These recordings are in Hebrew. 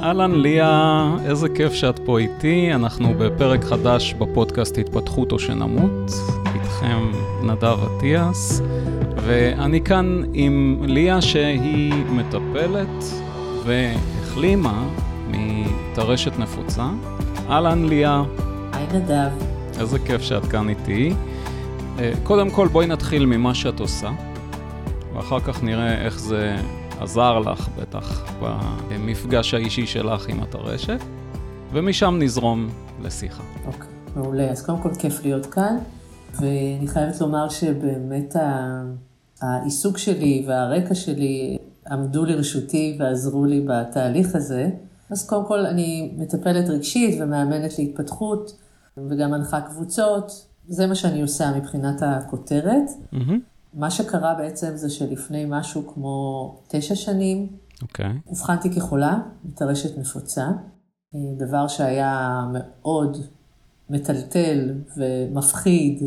אהלן ליה, איזה כיף שאת פה איתי. אנחנו בפרק חדש בפודקאסט התפתחות או שנמות. איתכם נדב אטיאס, ואני כאן עם ליה שהיא מטפלת והחלימה מטרשת נפוצה. אהלן ליה. היי נדב. איזה כיף שאת כאן איתי. קודם כל בואי נתחיל ממה שאת עושה, ואחר כך נראה איך זה עזר לך בטח במפגש האישי שלך עם הטרשת, ומשם נזרום לשיחה. אוקיי, מעולה. אז קודם כל כיף להיות כאן, ואני חייבת לומר שבאמת העיסוק שלי והרקע שלי עמדו לרשותי ועזרו לי בתהליך הזה. אז קודם כל אני מטפלת רגשית ומאמנת להתפתחות, וגם מנחה קבוצות. זה מה שאני עושה מבחינת הכותרת. מה שקרה בעצם זה שלפני משהו כמו 9 שנים, הובחנתי כחולה מטרשת נפוצה, דבר שהיה מאוד מטלטל ומפחיד,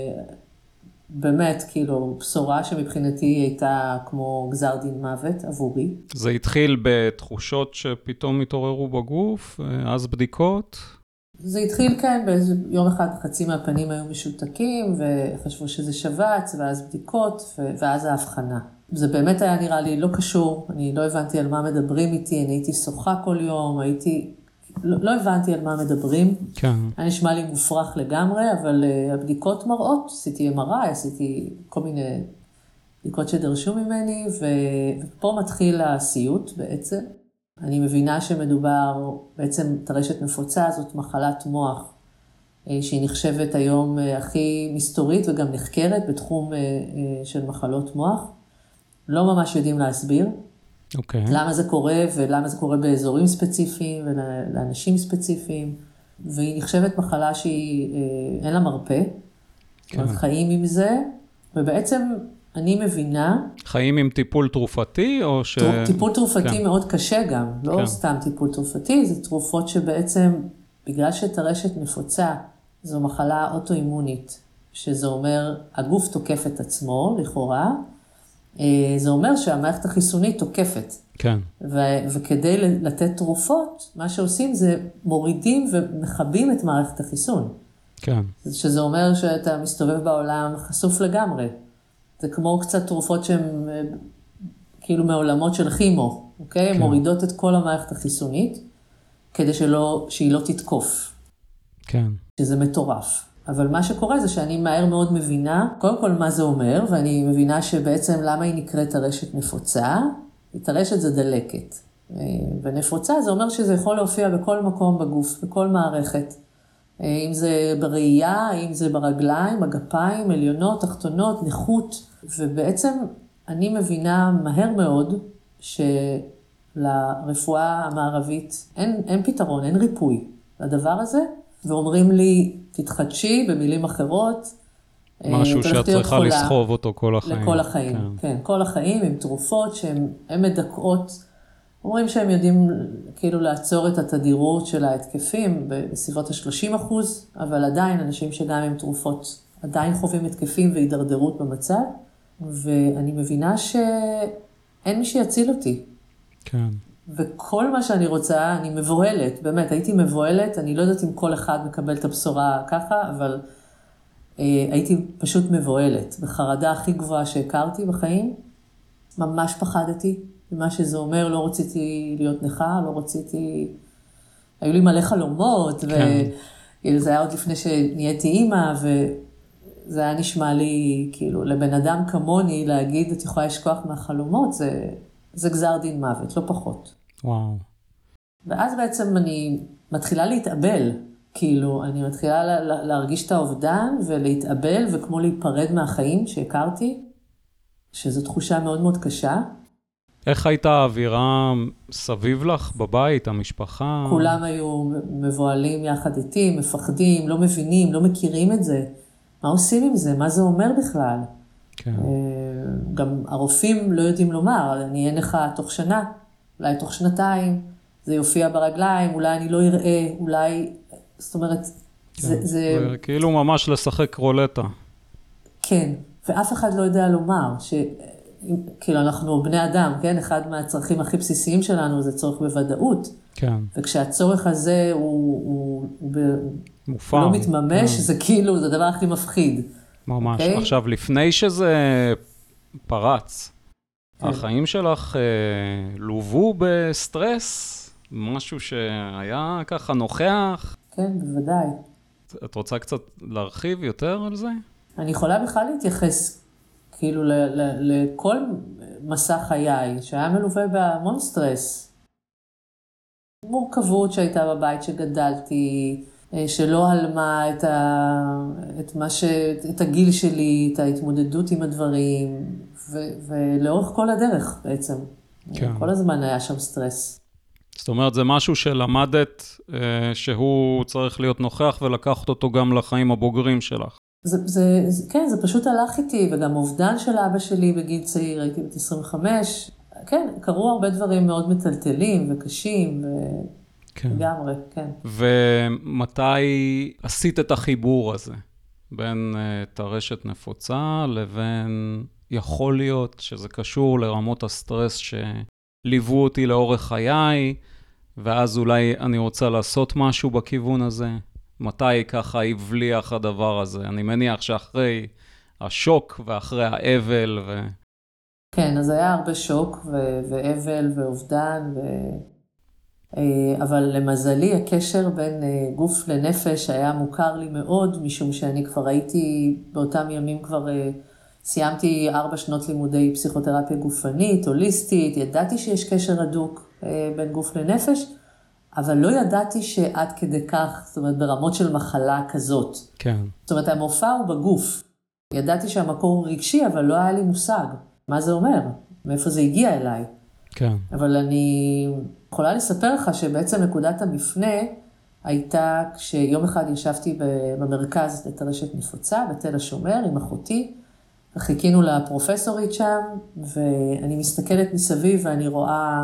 ובאמת כאילו בשורה שמבחינתי הייתה כמו גזר דין מוות עבורי. זה התחיל בתחושות שפתאום התעוררו בגוף, אז בדיקות? זה התחיל כאן באיזה יום אחד, חצי מהפנים היו משותקים, וחשבו שזה שבץ, ואז בדיקות, ואז ההבחנה. זה באמת היה נראה לי לא קשור, אני לא הבנתי על מה מדברים איתי, אני הייתי שוחה כל יום, לא הבנתי על מה מדברים. כן. היה נשמע לי מופרך לגמרי, אבל הבדיקות מראות, עשיתי MRI, עשיתי כל מיני בדיקות שדרשו ממני, ופה מתחיל הסיוט בעצם. אני מבינה שמדובר, בעצם טרשת נפוצה, זאת מחלת מוח, שהיא נחשבת היום הכי מסתורית וגם נחקרת בתחום של מחלות מוח. לא ממש יודעים להסביר למה זה קורה ולמה זה קורה באזורים ספציפיים ולאנשים ספציפיים, והיא נחשבת מחלה שהיא אין לה מרפא, חיים עם זה, ובעצם אני מבינה... חיים עם טיפול תרופתי או ש... טיפול תרופתי מאוד קשה גם, לא סתם טיפול תרופתי, זה תרופות שבעצם, בגלל שטרשת נפוצה, זו מחלה אוטואימונית, שזה אומר, הגוף תוקף את עצמו, לכאורה, זה אומר שהמערכת החיסונית תוקפת. כן. וכדי לתת תרופות, מה שעושים זה מורידים ומחבים את מערכת החיסון. כן. שזה אומר שאתה מסתובב בעולם חשוף לגמרי. זה כמו קצת תרופות שהן כאילו מעולמות של כימו, אוקיי? כן. מורידות את כל המערכת החיסונית, כדי שהיא לא תתקוף. כן. שזה מטורף. אבל מה שקורה זה שאני מהר מאוד מבינה, קודם כל מה זה אומר, ואני מבינה שבעצם למה היא נקראת טרשת נפוצה. טרשת זה דלקת. ונפוצה זה אומר שזה יכול להופיע בכל מקום בגוף, בכל מערכת. אם זה בראייה, אם זה ברגליים, בגפיים, עליונות, תחתונות, נכות. ובעצם אני מבינה מהר מאוד שלרפואה המערבית אין פתרון, אין ריפוי לדבר הזה. ואומרים לי, תתחדשי במילים אחרות. משהו שאת צריכה לסחוב אותו כל החיים. לכל החיים, כן. כל החיים עם תרופות שהן מדכאות. אומרים שהם יודעים כאילו לעצור את התדירות של ההתקפים בסביבות ה-30%, אבל עדיין אנשים שגם עם תרופות עדיין חווים התקפים והידרדרות במצב, ואני מבינה שאין מי שיציל אותי. כן. וכל מה שאני רוצה, אני מבוהלת, באמת, הייתי מבוהלת, אני לא יודעת אם כל אחד מקבל את הבשורה ככה, אבל הייתי פשוט מבוהלת, בחרדה הכי גבוהה שהכרתי בחיים, ממש פחדתי. ומה שזה אומר, לא רציתי להיות נכה, לא רציתי... היו לי מלא חלומות, וזה היה עוד לפני שנהייתי אימא, וזה היה נשמע לי, כאילו, לבן אדם כמוני להגיד, את יכולה לשכוח מהחלומות, זה גזר דין מוות, לא פחות. וואו. ואז בעצם אני מתחילה להתאבל, כאילו, אני מתחילה להרגיש את האובדן, ולהתאבל, וכמו להיפרד מהחיים שהכרתי, שזו תחושה מאוד מאוד קשה, איך הייתה האווירה סביב לך בבית, המשפחה? כולם היו מבועלים יחד איתי, מפחדים, לא מבינים, לא מכירים את זה. מה עושים עם זה? מה זה אומר בכלל? כן. גם הרופאים לא יודעים לומר, אני אהיה נכה תוך שנה, אולי תוך שנתיים, זה יופיע ברגליים, אולי אני לא אראה, אולי, זאת אומרת, כן. זה כאילו ממש לשחק רולטה. כן, ואף אחד לא יודע לומר כאילו אנחנו בני אדם, כן? אחד מהצרכים הכי בסיסיים שלנו זה צורך בוודאות. כן. וכשהצורך הזה הוא מופעם. לא מתממש, זה כאילו, זה הדבר הכי מפחיד. ממש. אוקיי? עכשיו, לפני שזה פרץ, החיים שלך לובו בסטרס? משהו שהיה ככה נוכח? כן, בוודאי. את רוצה קצת להרחיב יותר על זה? אני יכולה בכלל להתייחס כאילו לכל מסע חיי, שהיה מלווה בהמון סטרס. מורכבות שהייתה בבית שגדלתי, שלא הלמה את הגיל שלי, את ההתמודדות עם הדברים, ולאורך כל הדרך בעצם. כן. כל הזמן היה שם סטרס. זאת אומרת, זה משהו שלמדת שהוא צריך להיות נוכח ולקחת אותו גם לחיים הבוגרים שלך. כן, זה פשוט הלך איתי, וגם אובדן של אבא שלי בגיל צעיר, הייתי בת 25. כן, קרו הרבה דברים מאוד מטלטלים וקשים, לגמרי, כן. ומתי עשית את החיבור הזה? בין טרשת נפוצה לבין יכול להיות שזה קשור לרמות הסטרס שליוו אותי לאורך חיי, ואז אולי אני רוצה לעשות משהו בכיוון הזה? מתי ככה הבליח הדבר הזה? אני מניח שאחרי השוק ואחרי האבל כן, אז היה הרבה שוק ואבל ואובדן, אבל למזלי הקשר בין גוף לנפש היה מוכר לי מאוד, משום שאני כבר הייתי, באותם ימים כבר סיימתי 4 שנות לימודי פסיכותרפיה גופנית, הוליסטית, ידעתי שיש קשר הדוק בין גוף לנפש, אבל לא ידעתי שעד כדי כך, זאת אומרת ברמות של מחלה כזאת. כן. זאת אומרת המופע הוא בגוף. ידעתי שהמקור הוא רגשי, אבל לא היה לי מושג. מה זה אומר? מאיפה זה הגיע אליי? כן. אבל אני יכולה לספר לך שבעצם נקודת המפנה הייתה כשיום אחד ישבתי במרכז לטרשת נפוצה, בתל השומר עם אחותי, וחיכינו לפרופסורית שם, ואני מסתכלת מסביב ואני רואה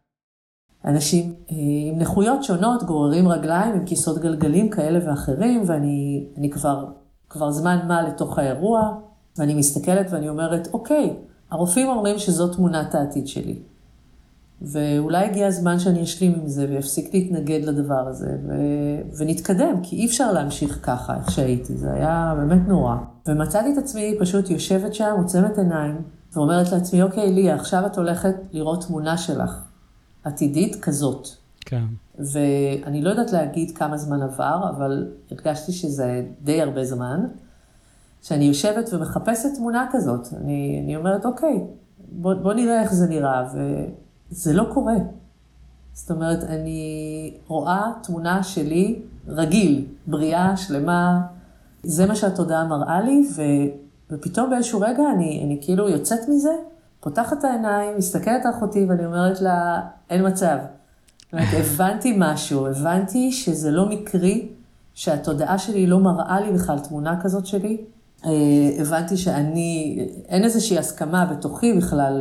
אנשים עם נכויות שונות, גוררים רגליים עם כיסאות גלגלים כאלה ואחרים, ואני כבר זמן מה לתוך האירוע, ואני מסתכלת ואני אומרת, אוקיי, הרופאים אומרים שזאת תמונת העתיד שלי. ואולי הגיע הזמן שאני אשלים עם זה ויפסיק להתנגד לדבר הזה ונתקדם, כי אי אפשר להמשיך ככה איך שהייתי, זה היה באמת נורא. ומצאתי את עצמי פשוט יושבת שם, עוצמת עיניים, ואומרת לעצמי, אוקיי, ליה, עכשיו את הולכת לראות תמונה שלך, עתידית כזאת. כן. ואני לא יודעת להגיד כמה זמן עבר, אבל הרגשתי שזה די הרבה זמן, שאני יושבת ומחפשת תמונה כזאת. אני אומרת, אוקיי, בוא נראה איך זה נראה, וזה לא קורה. זאת אומרת, אני רואה תמונה שלי רגיל, בריאה, שלמה, זה מה שהתודעה מראה לי, ופתאום באיזשהו רגע אני כאילו יוצאת מזה, פותחת את העיניים, מסתכלת על אחותי, ואני אומרת לה, אין מצב. זאת אומרת, הבנתי משהו, הבנתי שזה לא מקרי, שהתודעה שלי לא מראה לי בכלל תמונה כזאת שלי, הבנתי אין איזושהי הסכמה בתוכי בכלל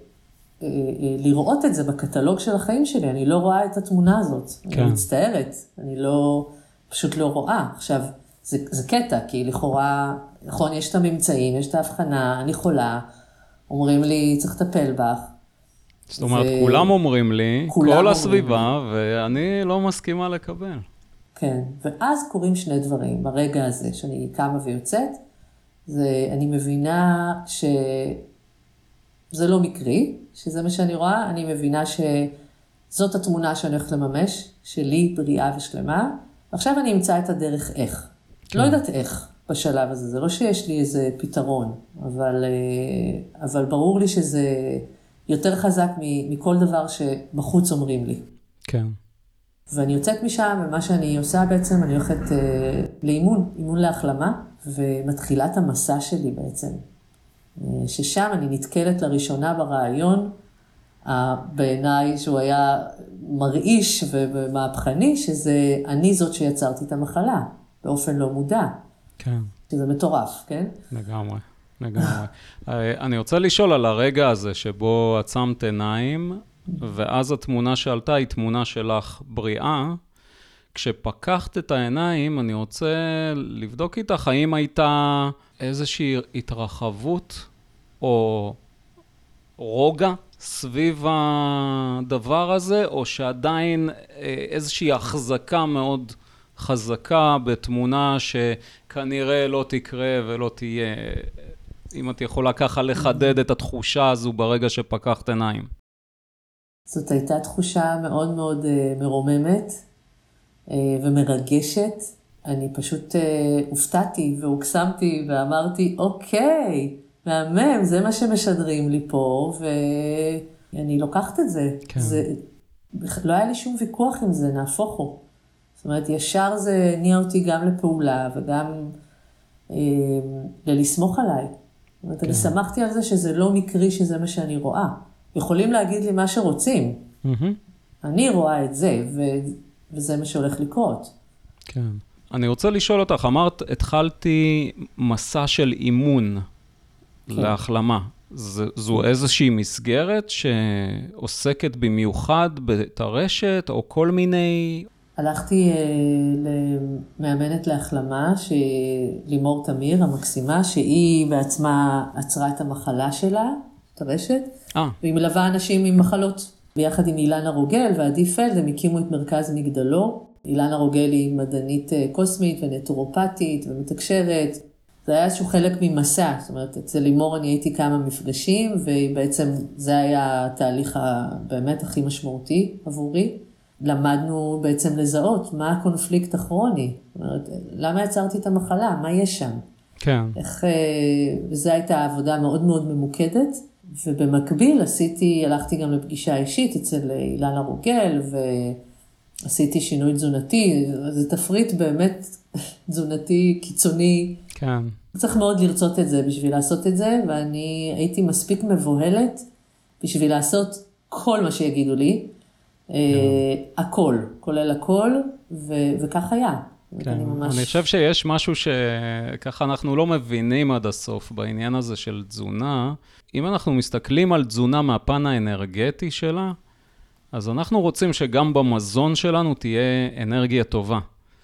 לראות את זה בקטלוג של החיים שלי, אני לא רואה את התמונה הזאת, כן. אני מצטערת, אני פשוט לא רואה. עכשיו, זה קטע, כי לכאורה, נכון, יש את הממצאים, יש את ההבחנה, אני חולה, אומרים לי, צריך לטפל בך. זאת אומרת, כולם אומרים לי, כל הסביבה, ואני לא מסכימה לקבל. כן, ואז קורים שני דברים, ברגע הזה שאני קמה ויוצאת, אני מבינה שזה לא מקרי, שזה מה שאני רואה, אני מבינה שזאת התמונה שאני הולכת לממש, שלי בריאה ושלמה, ועכשיו אני אמצא את הדרך איך. כן. לא יודעת איך בשלב הזה, זה לא שיש לי איזה פתרון, אבל ברור לי שזה יותר חזק מכל דבר שבחוץ אומרים לי. כן. ואני יוצאת משם, ומה שאני עושה בעצם, אני הולכת לאימון, אימון להחלמה, ומתחילה את המסע שלי בעצם. ששם אני נתקלת לראשונה ברעיון, בעיניי שהוא היה מרעיש ומהפכני, שזה אני זאת שיצרתי את המחלה, באופן לא מודע. כן. שזה מטורף, כן? לגמרי, לגמרי. אני רוצה לשאול על הרגע הזה שבו עצמת עיניים, ואז התמונה שעלתה היא תמונה שלך בריאה. כשפקחת את העיניים, אני רוצה לבדוק איתך, האם הייתה איזושהי התרחבות או רוגע סביב הדבר הזה, או שעדיין איזושהי החזקה מאוד חזקה בתמונה שכנראה לא תקרה ולא תהיה, אם את יכולה ככה לחדד את התחושה הזו ברגע שפקחת עיניים. זאת הייתה תחושה מאוד מאוד מרוממת ומרגשת. אני פשוט הופתעתי והוקסמתי ואמרתי, אוקיי, מהמם, זה מה שמשדרים לי פה, ואני לוקחת את זה. כן. לא היה לי שום ויכוח עם זה, נהפוך הוא. זאת אומרת, ישר זה הניע אותי גם לפעולה וגם לסמוך עליי. זאת אומרת, אני שמחתי על זה שזה לא מקרי שזה מה שאני רואה. יכולים להגיד לי מה שרוצים. אני רואה את זה, וזה מה שהולך לקרות. כן. אני רוצה לשאול אותך, אמרת, התחלתי מסע של אימון להחלמה. זו איזושהי מסגרת שעוסקת במיוחד בטרשת, או כל מיני... הלכתי למאמנת להחלמה, לימור תמיר, המקסימה, שהיא בעצמה עצרה את המחלה שלה, טרשת, והיא מלווה אנשים עם מחלות. ביחד עם אילנה רוגל ועדי פלד, הם הקימו את מרכז מגדלור. אילנה רוגל היא מדענית קוסמית ונטורופטית ומתקשרת. זה היה איזשהו חלק ממסע, זאת אומרת, אצל לימור אני הייתי כמה מפגשים, ובעצם זה היה התהליך באמת הכי משמעותי עבורי. למדנו בעצם לזהות מה הקונפליקט הכרוני. זאת אומרת, למה יצרתי את המחלה? מה יש שם? כן. וזו הייתה עבודה מאוד מאוד ממוקדת, ובמקביל הלכתי גם לפגישה אישית אצל אילנה רוגל, ועשיתי שינוי תזונתי, זה תפריט באמת תזונתי קיצוני. כן. צריך מאוד לרצות את זה בשביל לעשות את זה, ואני הייתי מספיק מבוהלת בשביל לעשות כל מה שיגידו לי, הכל, כולל הכל, וכך היה. כן. אני חושב שיש משהו שככה אנחנו לא מבינים עד הסוף בעניין הזה של תזונה. אם אנחנו מסתכלים על תזונה מהפן האנרגטי שלה, אז אנחנו רוצים שגם במזון שלנו תהיה אנרגיה טובה.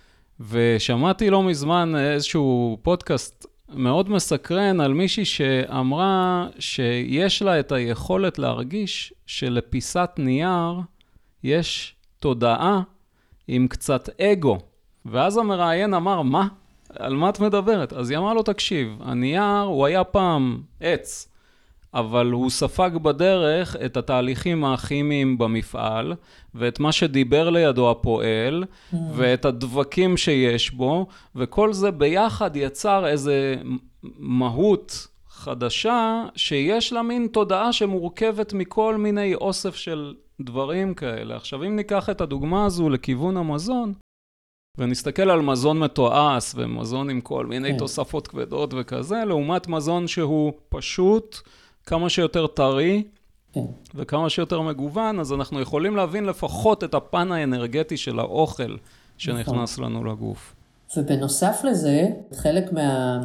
ושמעתי לא מזמן איזשהו פודקאסט מאוד מסקרן על מישהי שאמרה שיש לה את היכולת להרגיש שלפיסת נייר יש תודעה עם קצת אגו. ואז המראיין אמר, מה? על מה את מדברת? אז היא אמרה לו, תקשיב, הנייר הוא היה פעם עץ, אבל הוא ספג בדרך את התהליכים הכימיים במפעל, ואת מה שדיבר לידו הפועל, ואת הדבקים שיש בו, וכל זה ביחד יצר איזה מהות חדשה, שיש לה מין תודעה שמורכבת מכל מיני אוסף של דברים כאלה. עכשיו, אם ניקח את הדוגמה הזו לכיוון המזון, ונסתכל על מזון מתועש ומזון עם כל מיני תוספות כבדות וכזה, לעומת מזון שהוא פשוט, כמה שיותר טרי וכמה שיותר מגוון, אז אנחנו יכולים להבין לפחות את הפן האנרגטי של האוכל שנכנס לנו לגוף. ובנוסף לזה, חלק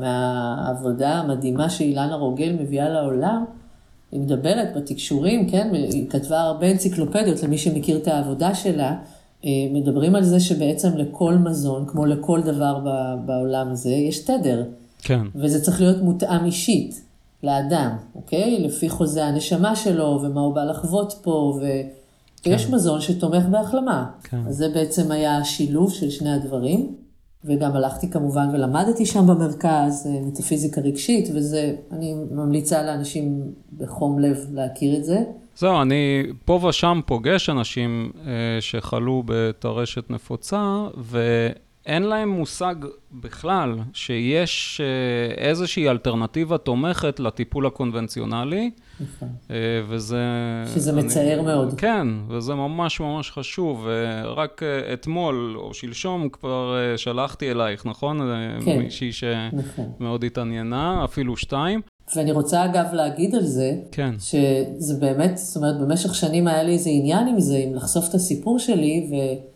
מהעבודה המדהימה שאילנה רוגל מביאה לעולם, היא מדברת בתקשורים, כן? היא כתבה הרבה אנציקלופדיות למי שמכיר את העבודה שלה, מדברים על זה שבעצם לכל מזון, כמו לכל דבר בעולם הזה, יש תדר. כן. וזה צריך להיות מותאם אישית לאדם, אוקיי? לפי חוזה הנשמה שלו, ומה הוא בא לחוות פה, ויש מזון שתומך בהחלמה. כן. אז זה בעצם היה השילוב של שני הדברים, וגם הלכתי כמובן ולמדתי שם במרכז, מטאפיזיקה רגשית, וזה, אני ממליצה לאנשים בחום לב להכיר את זה. זהו, אני פה ושם פוגש אנשים שחלו בטרשת נפוצה, ואין להם מושג בכלל שיש איזושהי אלטרנטיבה תומכת לטיפול הקונבנציונלי. נכון. וזה... שזה מצער מאוד. כן, וזה ממש ממש חשוב. ורק אתמול או שלשום כבר שלחתי אלייך, נכון? כן. מישהי שמאוד התעניינה, אפילו 2. ואני רוצה אגב להגיד על זה, כן. שזה באמת, זאת אומרת, במשך שנים היה לי איזה עניין עם זה, עם לחשוף את הסיפור שלי,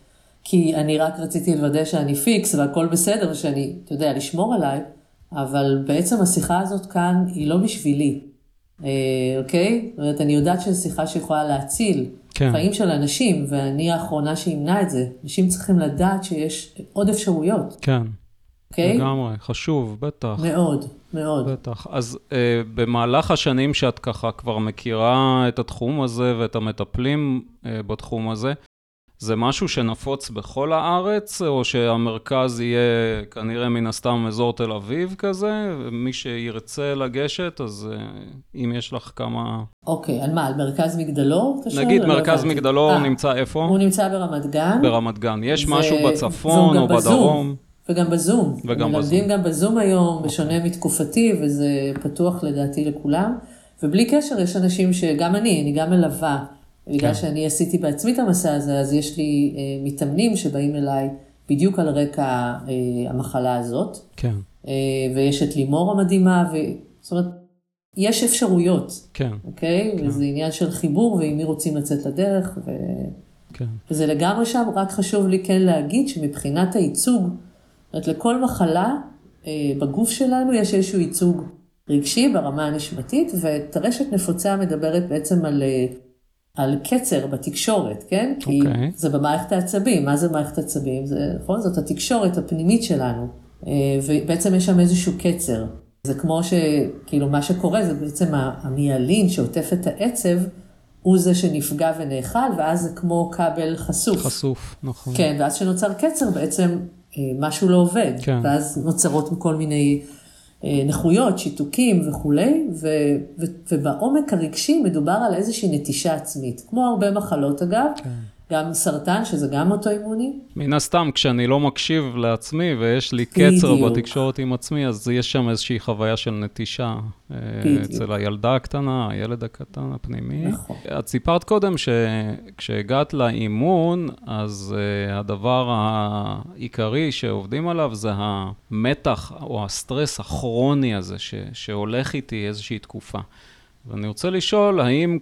כי אני רק רציתי לוודא שאני פיקס והכל בסדר, ושאני, אתה יודע, לשמור עליי, אבל בעצם השיחה הזאת כאן היא לא בשבילי, אוקיי? זאת אומרת, אני יודעת שזו שיחה שיכולה להציל חיים של אנשים, ואני האחרונה שימנע את זה. אנשים צריכים לדעת שיש עוד אפשרויות. כן. אוקיי? לגמרי, חשוב, בטח. מאוד, מאוד. בטח. אז במהלך השנים שאת ככה כבר מכירה את התחום הזה ואת המטפלים בתחום הזה, זה משהו שנפוץ בכל הארץ, או שהמרכז יהיה כנראה מן הסתם אזור תל אביב כזה, ומי שירצה לגשת, אז אם יש לך כמה... אוקיי, על מה? על מרכז מגדלור? נגיד מרכז מגדלור נמצא איפה? הוא נמצא ברמת גן. ברמת גן. יש משהו בצפון או בדרום? וגם בזום. וגם מלמדים גם בזום היום, בשונה מתקופתי, וזה פתוח לדעתי לכולם. ובלי קשר, יש אנשים שגם אני גם מלווה, בגלל שאני עשיתי בעצמי את המסע הזה, אז יש לי מתאמנים שבאים אליי בדיוק על רקע המחלה הזאת. כן. ויש את לימור המדהימה, זאת אומרת, יש אפשרויות. כן. אוקיי? כן. וזה עניין של חיבור, ועם מי רוצים לצאת לדרך, כן. וזה לגמרי שם, רק חשוב לי כן להגיד שמבחינת הייצוג, זאת אומרת, לכל מחלה בגוף שלנו יש איזשהו ייצוג רגשי ברמה הנשמתית, וטרשת נפוצה מדברת בעצם על קצר בתקשורת, כן? כי זה במערכת העצבים. מה זה מערכת העצבים? זה, נכון? זאת התקשורת הפנימית שלנו, ובעצם יש שם איזשהו קצר. זה כמו שכאילו מה שקורה זה בעצם המיילין שעוטף את העצב, הוא זה שנפגע ונאכל, ואז זה כמו כבל חשוף. חשוף, נכון. כן, ואז שנוצר קצר בעצם משהו לא עובד. כן. ואז נוצרות כל מיני נכויות, שיתוקים וכו'. ובעומק הרגשי מדובר על איזושהי נטישה עצמית. כמו הרבה מחלות אגב. כן. גם סרטן, שזה גם אוטואימוני. מן הסתם, כשאני לא מקשיב לעצמי, ויש לי קצר בתקשורת עם עצמי, אז יש שם איזושהי חוויה של נטישה, אצל הילדה הקטנה, הילד הקטן הפנימי. נכון. את סיפרת קודם שכשהגעת לאימון, אז הדבר העיקרי שעובדים עליו, זה המתח או הסטרס הכרוני הזה, שהולך איתי איזושהי תקופה. ואני רוצה לשאול, האם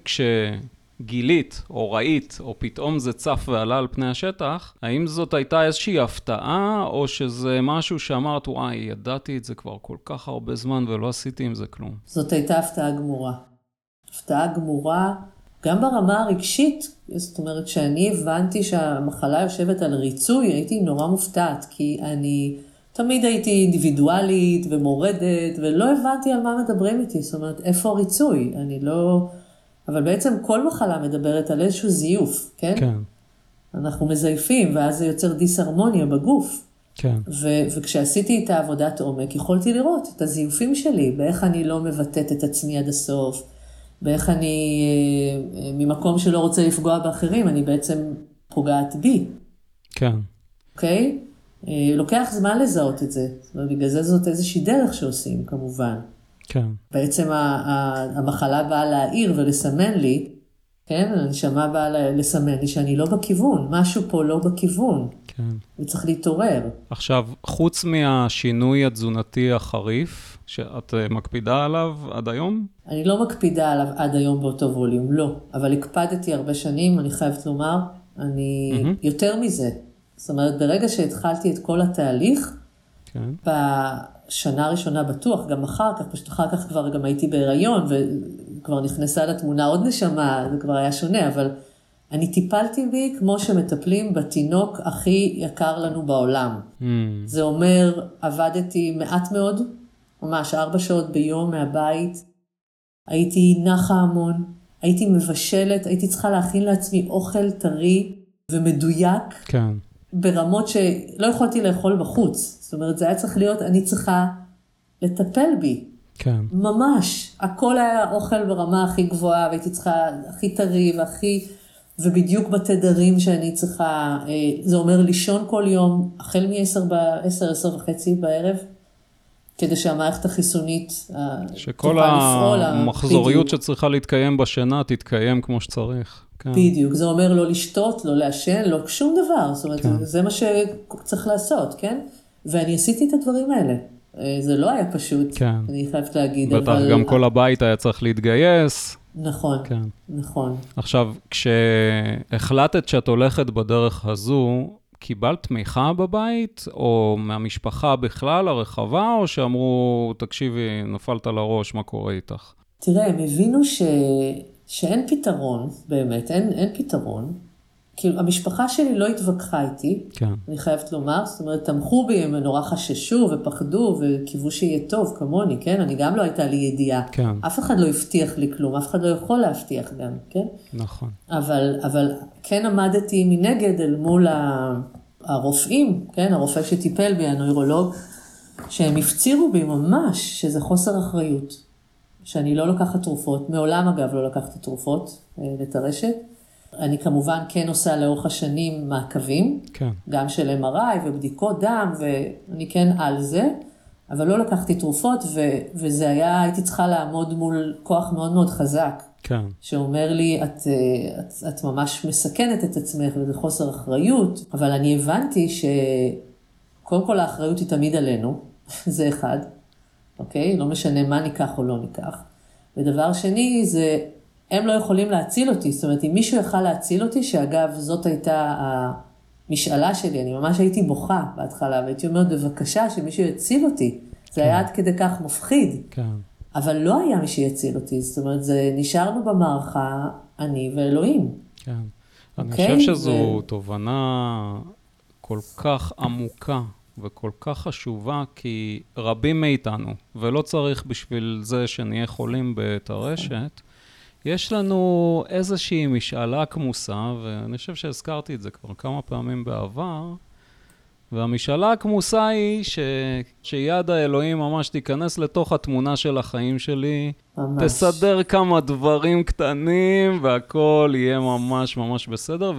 גילית או ראית, או פתאום זה צף ועלה על פני השטח, האם זאת הייתה איזושהי הפתעה, או שזה משהו שאמרת, וואי, ידעתי את זה כבר כל כך הרבה זמן, ולא עשיתי עם זה כלום? זאת הייתה הפתעה גמורה. הפתעה גמורה, גם ברמה הרגשית, זאת אומרת, שאני הבנתי שהמחלה יושבת על ריצוי, הייתי נורא מופתעת, כי אני תמיד הייתי אינדיבידואלית ומורדת, ולא הבנתי על מה מדברים איתי, זאת אומרת, איפה הריצוי? אני לא... אבל בעצם כל מחלה מדברת על איזשהו זיוף, כן? כן. אנחנו מזייפים, ואז זה יוצר דיסהרמוניה בגוף. כן. וכשעשיתי את העבודת עומק, יכולתי לראות את הזיופים שלי, באיך אני לא מבטאת את עצמי עד הסוף, באיך אני, ממקום שלא רוצה לפגוע באחרים, אני בעצם פוגעת בי. כן. אוקיי? לוקח זמן לזהות את זה. בגלל זה זאת איזושהי דרך שעושים, כמובן. כן. בעצם המחלה באה להעיר ולסמן לי, כן? הנשמה באה לסמן לי שאני לא בכיוון, משהו פה לא בכיוון. כן. וצריך להתעורר. עכשיו, חוץ מהשינוי התזונתי החריף, שאת מקפידה עליו עד היום? אני לא מקפידה עליו עד היום באותו ווליום, לא. אבל הקפדתי הרבה שנים, אני חייבת לומר, אני יותר מזה. זאת אומרת, ברגע שהתחלתי את כל התהליך, כן. בשנה הראשונה בטוח, גם אחר כך, פשוט אחר כך כבר גם הייתי בהיריון, וכבר נכנסה לתמונה עוד נשמה, זה כבר היה שונה, אבל אני טיפלתי בי כמו שמטפלים בתינוק הכי יקר לנו בעולם. זה אומר, עבדתי מעט מאוד, ממש 4 שעות ביום מהבית, הייתי נחה המון, הייתי מבשלת, הייתי צריכה להכין לעצמי אוכל טרי ומדויק, כן. ברמות שלא יכולתי לאכול בחוץ. זאת אומרת, זה היה צריך להיות, אני צריכה לטפל בי. כן. ממש. הכל היה אוכל ברמה הכי גבוהה, והייתי צריכה הכי טרי ובדיוק בתדרים שאני צריכה, זה אומר לישון כל יום, החל מ-10:30 בערב, כדי שהמערכת החיסונית שכל המחזוריות שצריכה להתקיים בשינה, תתקיים כמו שצריך. כן. בדיוק, זה אומר לא לשתות, לא לעשן, לא שום דבר, זאת אומרת, כן. זה מה שצריך לעשות, כן? ואני עשיתי את הדברים האלה. זה לא היה פשוט, כן. אני חייבת להגיד, בטח, אבל... גם כל הבית היה צריך להתגייס. נכון, כן. נכון. עכשיו, כשהחלטת שאת הולכת בדרך הזו, קיבלת תמיכה בבית, או מהמשפחה בכלל, הרחבה, או שאמרו, תקשיבי, נפלת לראש, מה קורה איתך? תראה, הם הבינו שאין פתרון, באמת, אין פתרון, כאילו, המשפחה שלי לא התווכחה איתי, כן. אני חייבת לומר, זאת אומרת, תמכו בי, הם נורא חששו ופחדו וקיוו שיהיה טוב כמוני, כן? אני גם לא הייתה לי ידיעה. כן. אף אחד לא הבטיח לי כלום, אף אחד לא יכול להבטיח גם, כן? נכון. אבל כן עמדתי מנגד אל מול הרופאים, כן? הרופא שטיפל בי, הנוירולוג, שהם הפצירו בי ממש שזה חוסר אחריות, שאני לא לוקחת תרופות, מעולם אגב לא לקחת תרופות לטרשת. אני כמובן כן עושה לאורך השנים מעקבים, כן. גם של MRI ובדיקות דם, ואני כן על זה, אבל לא לקחתי תרופות, וזה היה, הייתי צריכה לעמוד מול כוח מאוד מאוד חזק, כן. שאומר לי, את ממש מסכנת את עצמך, וזה חוסר אחריות, אבל אני הבנתי שקודם כל האחריות היא תמיד עלינו, זה אחד, אוקיי? לא משנה מה ניקח או לא ניקח. ודבר שני זה, הם לא יכולים להציל אותי, זאת אומרת, אם מישהו יכל להציל אותי, שאגב, זאת הייתה המשאלה שלי, אני ממש הייתי בוכה בהתחלה, והייתי אומרת, בבקשה, שמישהו יציל אותי. זה היה עד כדי כך מפחיד. כן. אבל לא היה מי שיציל אותי, זאת אומרת, נשארנו במערכה, אני ואלוהים. כן. אני חושב שזו תובנה כל כך עמוקה וכל כך חשובה, כי רבים מאיתנו, ולא צריך בשביל זה שנהיה חולים בטרשת, יש לנו איזושהי משאלה כמוסה, ואני חושב שהזכרתי את זה כבר כמה פעמים בעבר, והמשאלה הכמוסה היא שיד האלוהים ממש תיכנס לתוך התמונה של החיים שלי, ממש. תסדר כמה דברים קטנים, והכל יהיה ממש ממש בסדר,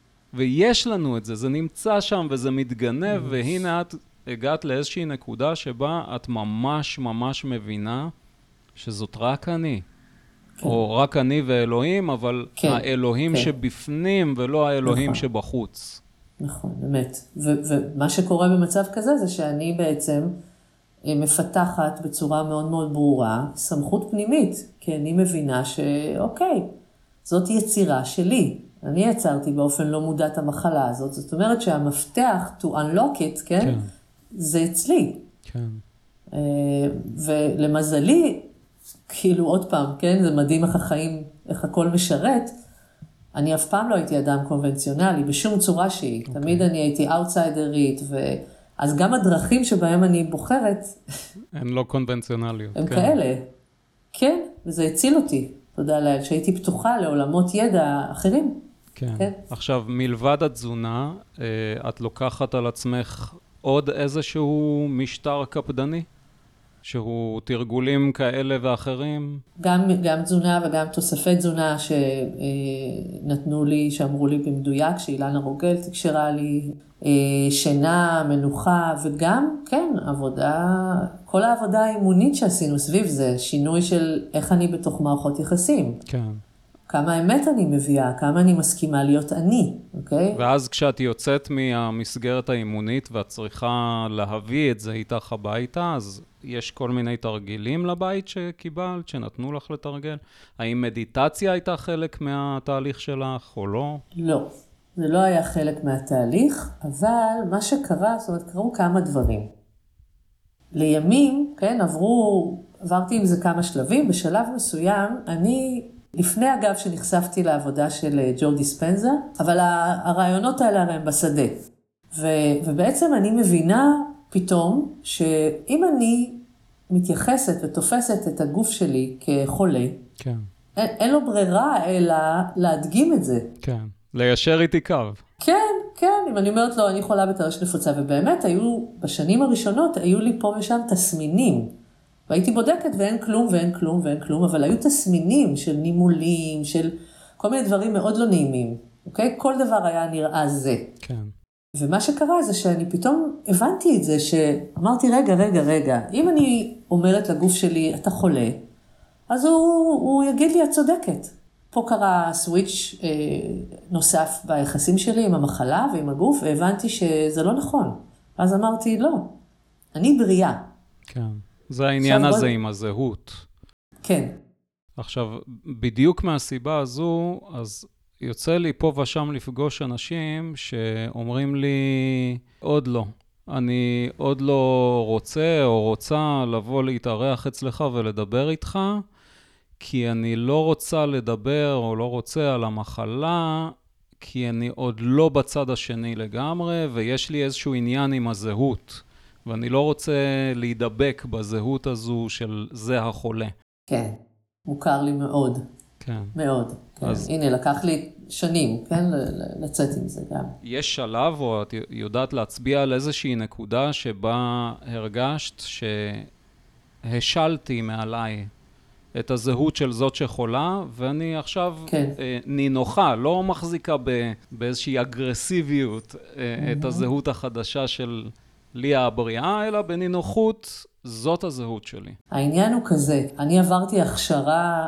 ויש לנו את זה, זה נמצא שם וזה מתגנב, והנה את הגעת לאיזושהי נקודה שבה את ממש ממש מבינה שזאת רק אני. כן. או רק אני ואלוהים, אבל כן, האלוהים כן. שבפנים ולא האלוהים נכון. שבחוץ. נכון, באמת. ומה שקורה במצב כזה זה שאני בעצם מפתחת בצורה מאוד מאוד ברורה סמכות פנימית, כי אני מבינה שאוקיי, זאת יצירה שלי. אני יצרתי באופן לא מודע את המחלה הזאת, זאת אומרת שהמפתח to unlock it, כן? כן. זה אצלי. כן. ולמזלי, כאילו עוד פעם, כן? זה מדהים איך החיים, איך הכל משרת. אני אף פעם לא הייתי אדם קונבנציונלי, בשום צורה שהיא. Okay. תמיד אני הייתי אאוטסיידרית, אז גם הדרכים שבהם אני בוחרת... הן לא קונבנציונליות. הן כן. כאלה. כן, וזה הציל אותי. תודה לאל, שהייתי פתוחה לעולמות ידע אחרים. כן. כן. עכשיו, מלבד התזונה, את לוקחת על עצמך עוד איזשהו משטר קפדני? שהוא תרגולים כאלה ואחרים? גם תזונה וגם תוספי תזונה שנתנו לי, שאמרו לי במדויק, שאילנה רוגל תקשרה לי, שינה, מנוחה, וגם, כן, עבודה, כל העבודה האימונית שעשינו סביב זה, שינוי של איך אני בתוך מערכות יחסים. כן. כמה אמת אני מביאה, כמה אני מסכימה להיות אני, אוקיי? ואז כשאת יוצאת מהמסגרת האימונית ואת צריכה להביא את זה איתך הביתה, אז יש כל מיני תרגילים לבית שקיבלת, שנתנו לך לתרגל? האם מדיטציה הייתה חלק מהתהליך שלך או לא? לא, זה לא היה חלק מהתהליך, אבל מה שקרה, זאת אומרת, קראו כמה דברים. לימים, כן, עברתי עם זה כמה שלבים, בשלב מסוים, לפני אגב שנחשפתי לעבודה של ג'ו דיספנזה, אבל הרעיונות האלה הרי הם בשדה. ובעצם אני מבינה פתאום שאם אני מתייחסת ותופסת את הגוף שלי כחולה, כן. אין לו ברירה אלא להדגים את זה. כן, ליישר איתי קו. כן, כן, אם אני אומרת לו, אני חולה בטרשת נפוצה, ובאמת בשנים הראשונות היו לי פה ושם תסמינים. והייתי בודקת ואין כלום ואין כלום ואין כלום, אבל היו תסמינים של נימולים, של כל מיני דברים מאוד לא נעימים, אוקיי? כל דבר היה נראה זה. כן. ומה שקרה זה שאני פתאום הבנתי את זה, שאמרתי, רגע, אם אני אומרת לגוף שלי, אתה חולה, אז הוא יגיד לי, את צודקת. פה קרה סוויץ' נוסף ביחסים שלי עם המחלה ועם הגוף, והבנתי שזה לא נכון. אז אמרתי, לא, אני בריאה. כן. זה העניין הזה עם הזהות. כן. עכשיו, בדיוק מהסיבה הזו, אז יוצא לי פה ושם לפגוש אנשים שאומרים לי, עוד לא. אני עוד לא רוצה או רוצה לבוא להתארח אצלך ולדבר איתך, כי אני לא רוצה לדבר או לא רוצה על המחלה, כי אני עוד לא בצד השני לגמרי, ויש לי איזשהו עניין עם הזהות, ואני לא רוצה להידבק בזהות הזו של זה החולה. כן, מוכר לי מאוד. כן. מאוד. כן. אז... הנה, לקח לי שנים, כן, לצאת עם זה גם. יש שלב, או את יודעת להצביע על איזושהי נקודה שבה הרגשת שהשלתי מעליי את הזהות של זאת שחולה, ואני עכשיו כן. נינוחה, לא מחזיקה באיזושהי אגרסיביות את הזהות החדשה של ליה הבריאה, אלא בנינוחות, זאת הזהות שלי. העניין הוא כזה, אני עברתי הכשרה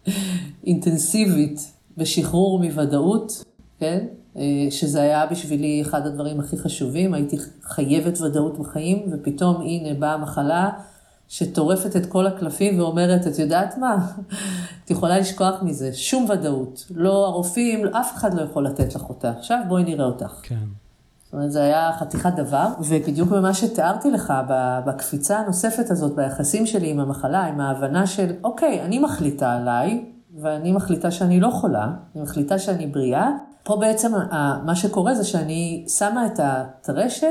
אינטנסיבית בשחרור מוודאות, כן? שזה היה בשבילי אחד הדברים הכי חשובים, הייתי חייבת ודאות בחיים, ופתאום הנה באה מחלה שטורפת את כל הקלפים ואומרת, את יודעת מה? את יכולה לשכוח מזה, שום ודאות. לא הרופאים, אף אחד לא יכול לתת לך אותה. עכשיו בואי נראה אותך. כן. זאת אומרת, זה היה חתיכת דבר, ובדיוק במה שתיארתי לך, בקפיצה הנוספת הזאת, ביחסים שלי עם המחלה, עם ההבנה של, אוקיי, אני מחליטה עליי, ואני מחליטה שאני לא חולה, אני מחליטה שאני בריאה. פה בעצם מה שקורה זה שאני שמה את הטרשת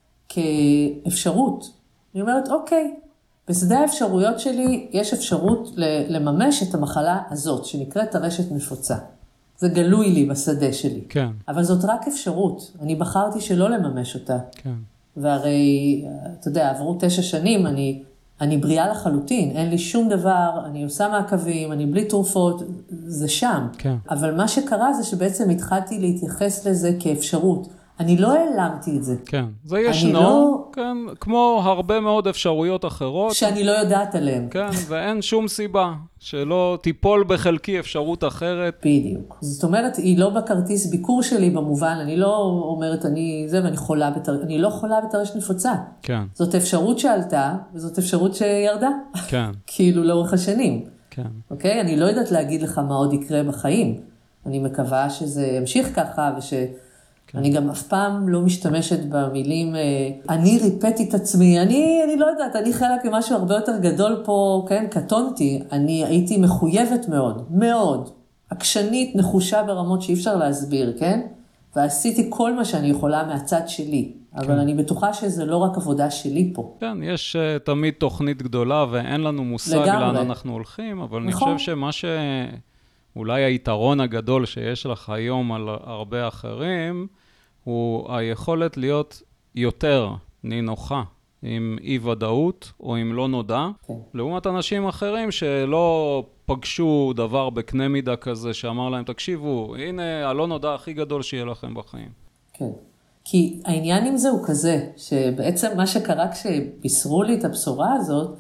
כאפשרות. אני אומרת, אוקיי, בשדה האפשרויות שלי יש אפשרות לממש את המחלה הזאת, שנקראת טרשת נפוצה. זה גלוי לי בשדה שלי. כן. אבל זאת רק אפשרות. אני בחרתי שלא לממש אותה. כן. והרי, אתה יודע, עברו 9 שנים, אני בריאה לחלוטין, אין לי שום דבר, אני עושה מעקבים, אני בלי תרופות, זה שם. כן. אבל מה שקרה זה שבעצם התחלתי להתייחס לזה כאפשרות. אני לא העלמתי את זה. כן, זה ישנו, כן, כמו הרבה מאוד אפשרויות אחרות. שאני לא יודעת עליהן. כן, ואין שום סיבה שלא תיפול בחלקי אפשרות אחרת. בדיוק. זאת אומרת, היא לא בכרטיס ביקור שלי במובן, אני לא אומרת, אני לא חולה בטרשת נפוצה. כן. זאת אפשרות שעלתה, וזאת אפשרות שירדה. כן. כאילו לאורך השנים. כן. אוקיי? אני לא יודעת להגיד לך מה עוד יקרה בחיים. אני מקווה שזה ימשיך ככה, אני גם אף פעם לא משתמשת במילים, אני ריפאתי את עצמי, אני לא יודעת, אני חלק ממשהו הרבה יותר גדול פה, כן, קטונתי, אני הייתי מחויבת מאוד, מאוד, עקשנית, נחושה ברמות שאי אפשר להסביר, כן? ועשיתי כל מה שאני יכולה מהצד שלי, אבל אני בטוחה שזה לא רק עבודה שלי פה. כן, יש תמיד תוכנית גדולה ואין לנו מושג לאן אנחנו הולכים, אבל אני חושב שמה אולי היתרון הגדול שיש לך היום על הרבה אחרים, הוא היכולת להיות יותר נינוחה עם אי-ודאות או עם לא נודע, לעומת אנשים אחרים שלא פגשו דבר בקנה מידה כזה שאמר להם, תקשיבו, הנה הלא נודע הכי גדול שיהיה לכם בחיים. כן, כי העניין עם זה הוא כזה, שבעצם מה שקרה כשבישרו לי את הבשורה הזאת,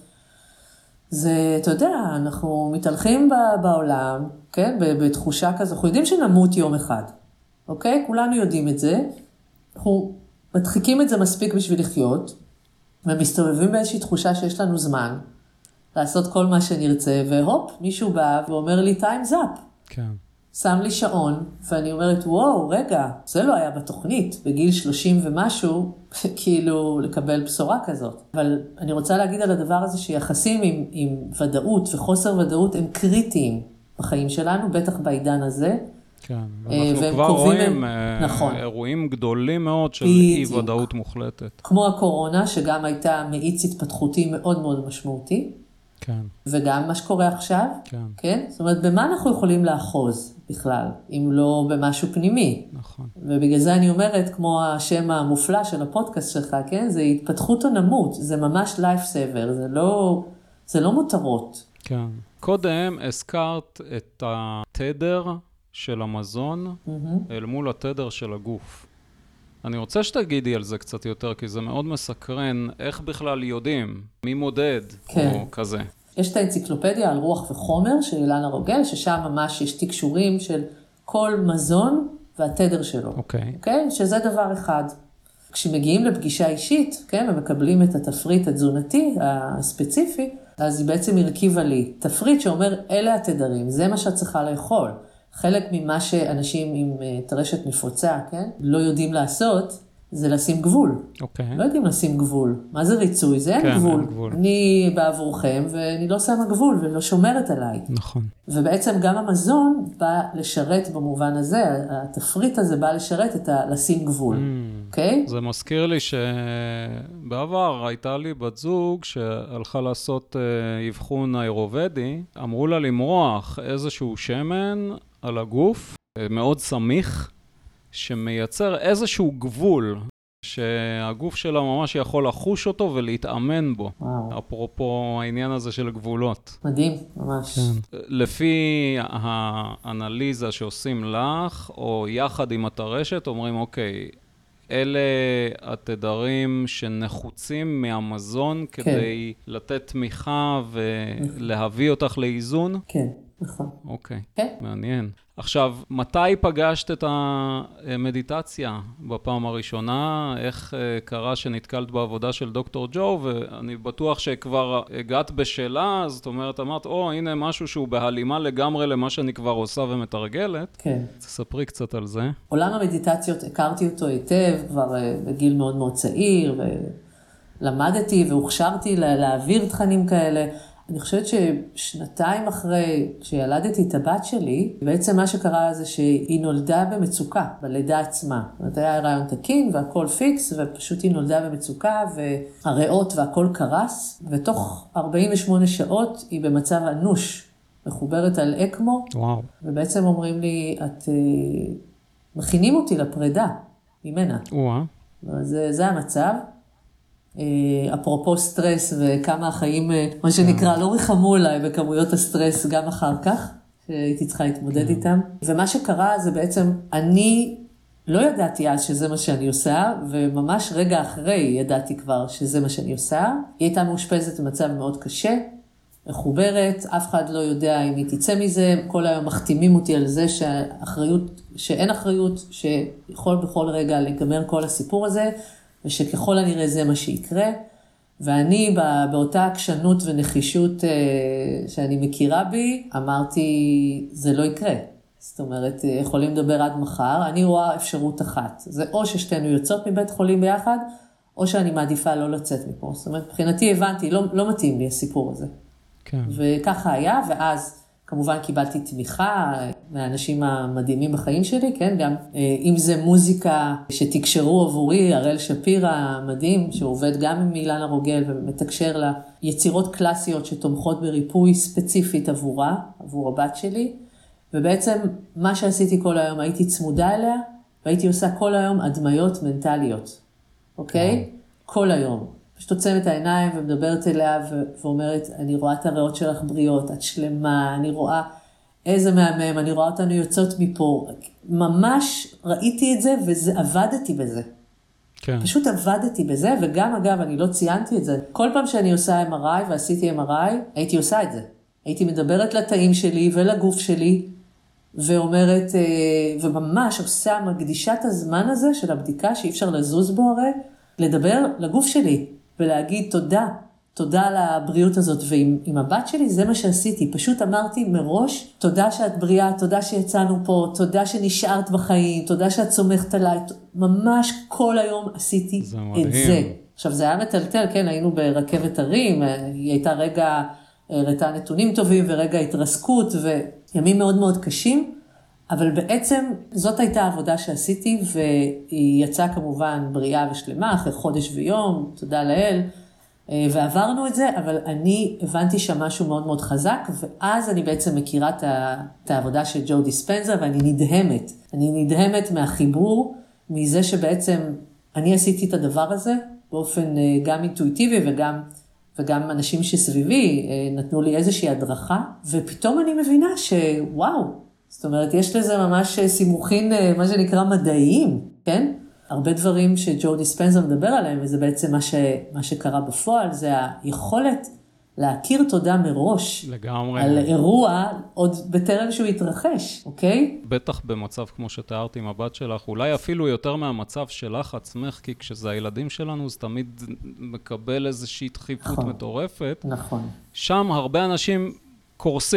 זה, אתה יודע, אנחנו מתהלכים בעולם, כן, בתחושה כזו, אנחנו יודעים שנמות יום אחד, אוקיי? כולנו יודעים את זה, אנחנו מדחיקים את זה מספיק בשביל לחיות, ומסתובבים באיזושהי תחושה שיש לנו זמן, לעשות כל מה שנרצה, והופ, מישהו בא ואומר לי, time's up. כן. שם לי שעון, ואני אומרת, וואו, רגע, זה לא היה בתוכנית, בגיל 30 ומשהו, כאילו לקבל בשורה כזאת. אבל אני רוצה להגיד על הדבר הזה שיחסים עם ודאות וחוסר ודאות הם קריטיים בחיים שלנו, בטח בעידן הזה. כן, אנחנו כבר רואים נכון. אירועים גדולים מאוד של אי ודאות מוחלטת. כמו הקורונה, שגם הייתה מאיץ התפתחותי מאוד מאוד משמעותי. כן. וגם מה שקורה עכשיו, כן. כן? זאת אומרת, במה אנחנו יכולים לאחוז בכלל, אם לא במשהו פנימי? נכון. ובגלל זה אני אומרת, כמו השם המופלא של הפודקאסט שלך, כן? זה התפתחות או נמות, זה ממש life saver, זה לא מותרות. כן. קודם הזכרת את התדר של המזון אל מול התדר של הגוף. אני רוצה שתגידי על זה קצת יותר, כי זה מאוד מסקרן איך בכלל יודעים, מי מודד או כזה. יש את האנציקלופדיה על רוח וחומר של אילנה רוגל, ששם ממש יש תקשורים של כל מזון והתדר שלו. אוקיי? שזה דבר אחד. כשמגיעים לפגישה אישית, כן, ומקבלים את התפריט התזונתי הספציפי, אז היא בעצם הרכיבה לי תפריט שאומר, אלה התדרים, זה מה שאת צריכה לאכול. חלק ממה שאנשים עם טרשת נפוצה, כן, לא יודעים לעשות, זה לשים גבול. אוקיי. לא יודעים לשים גבול. מה זה ריצוי? זה אין כן, גבול. אין גבול. אני בעבורכם ואני לא שמה גבול ולא שומרת עליי. נכון. ובעצם גם המזון בא לשרת במובן הזה, התפריט הזה בא לשרת את לשים גבול. אוקיי? זה מזכיר לי שבעבר הייתה לי בת זוג שהלכה לעשות אבחון אירובדי, אמרו לה למרוח איזשהו שמן על הגוף, מאוד סמיך, שמייצר איזשהו גבול, שהגוף שלה ממש יכול לחוש אותו ולהתאמן בו. וואו. אפרופו העניין הזה של גבולות. מדהים, ממש. כן. לפי האנליזה שעושים לך, או יחד עם הטרשת, אומרים, אוקיי, אלה התדרים שנחוצים מהמזון כדי לתת תמיכה ולהביא אותך לאיזון? כן, נכון. אוקיי, כן. מעניין. עכשיו, מתי פגשת את המדיטציה בפעם הראשונה? איך קרה שנתקלת בעבודה של דוקטור ג'ו? ואני בטוח שכבר הגעת בשאלה, זאת אומרת, אמרת, הנה משהו שהוא בהלימה לגמרי למה שאני כבר עושה ומתרגלת. כן. תספרי קצת על זה. עולם המדיטציות, הכרתי אותו היטב, כבר בגיל מאוד מאוד צעיר, ולמדתי והוכשרתי להעביר תכנים כאלה. אני חושבת ששנתיים אחרי שילדתי את הבת שלי, בעצם מה שקרה זה שהיא נולדה במצוקה, בלידה עצמה. זאת אומרת, היה רעיון תקין והכל פיקס, ופשוט היא נולדה במצוקה, והריאות והכל קרס, ותוך 48 שעות היא במצב אנוש, מחוברת על אקמו, וואו. ובעצם אומרים לי, מכינים אותי לפרידה ממנה. וואו. זה המצב. אפרופו סטרס וכמה החיים, מה שנקרא, לא ריחמו עליי בכמויות הסטרס גם אחר כך, שהייתי צריכה להתמודד איתם. ומה שקרה זה בעצם, אני לא ידעתי אז שזה מה שאני עושה, וממש רגע אחרי ידעתי כבר שזה מה שאני עושה. היא הייתה מאושפזת במצב מאוד קשה, מחוברת, אף אחד לא יודע אם היא תצא מזה, כל היום מחתימים אותי על זה שאין אחריות, שיכול בכל רגע להיגמר כל הסיפור הזה, ושככל הנראה זה מה שיקרה, ואני באותה עקשנות ונחישות שאני מכירה בי, אמרתי, זה לא יקרה. זאת אומרת, יכולים לדבר עד מחר, אני רואה אפשרות אחת. זה או ששתינו יוצאות מבית חולים ביחד, או שאני מעדיפה לא לצאת מפה. זאת אומרת, מבחינתי הבנתי, לא מתאים לי הסיפור הזה. כן. וככה היה, ואז כמובן קיבלתי תמיכה מהאנשים המדהימים בחיים שלי, כן, גם אם זה מוזיקה שתקשרו עבורי, הראל שפירא המדהים, שעובד גם עם אילנה רוגל ומתקשר לה יצירות קלאסיות שתומכות בריפוי ספציפית עבורה, עבור הבת שלי, ובעצם מה שעשיתי כל היום, הייתי צמודה אליה, והייתי עושה כל היום הדמיות מנטליות, אוקיי? כל היום. פשוט עוצמת העיניים ומדברת אליה ואומרת, אני רואה את הריאות שלך בריאות, את שלמה, אני רואה איזה מהמם, אני רואה אותנו יוצאות מפה. ממש ראיתי את זה ועבדתי בזה. כן. פשוט עבדתי בזה, וגם אגב, אני לא ציינתי את זה. כל פעם שאני עושה MRI ועשיתי MRI, הייתי עושה את זה. הייתי מדברת לתאים שלי ולגוף שלי, ואומרת, וממש עושה, מקדישה את הזמן הזה של הבדיקה, שאי אפשר לזוז בו הרי, לדבר לגוף שלי. ולהגיד תודה על הבריאות הזאת, ועם הבת שלי זה מה שעשיתי, פשוט אמרתי מראש, תודה שאת בריאה, תודה שיצאנו פה, תודה שנשארת בחיים, תודה שאת סומכת עליי, ממש כל היום עשיתי את זה. עכשיו זה היה מטלטל, כן, היינו ברכבת הרים, היא הייתה רגע, ראתה נתונים טובים ורגע התרסקות, וימים מאוד מאוד קשים, אבל בעצם זאת הייתה העבודה שעשיתי, והיא יצאה כמובן בריאה ושלמה, אחרי חודש ויום, תודה לאל, ועברנו את זה, אבל אני הבנתי שם משהו מאוד מאוד חזק, ואז אני בעצם מכירה את העבודה של ג'ו דיספנזה, ואני נדהמת. אני נדהמת מהחיבור, מזה שבעצם אני עשיתי את הדבר הזה, באופן גם אינטואיטיבי וגם אנשים שסביבי נתנו לי איזושהי הדרכה, ופתאום אני מבינה שוואו, זאת אומרת, יש לזה ממש סימוכין, מה שנקרא מדעיים, כן? הרבה דברים שג'ו דיספנזה מדבר עליהם, וזה בעצם מה שקרה בפועל, זה היכולת להכיר תודה מראש. לגמרי. על אירוע עוד בטרם שהוא יתרחש, אוקיי? בטח במצב כמו שתיארתי עם הבת שלך, אולי אפילו יותר מהמצב שלך עצמך, כי כשזה הילדים שלנו, זה תמיד מקבל איזושהי דחיפות מטורפת. נכון. שם הרבה אנשים קורסים.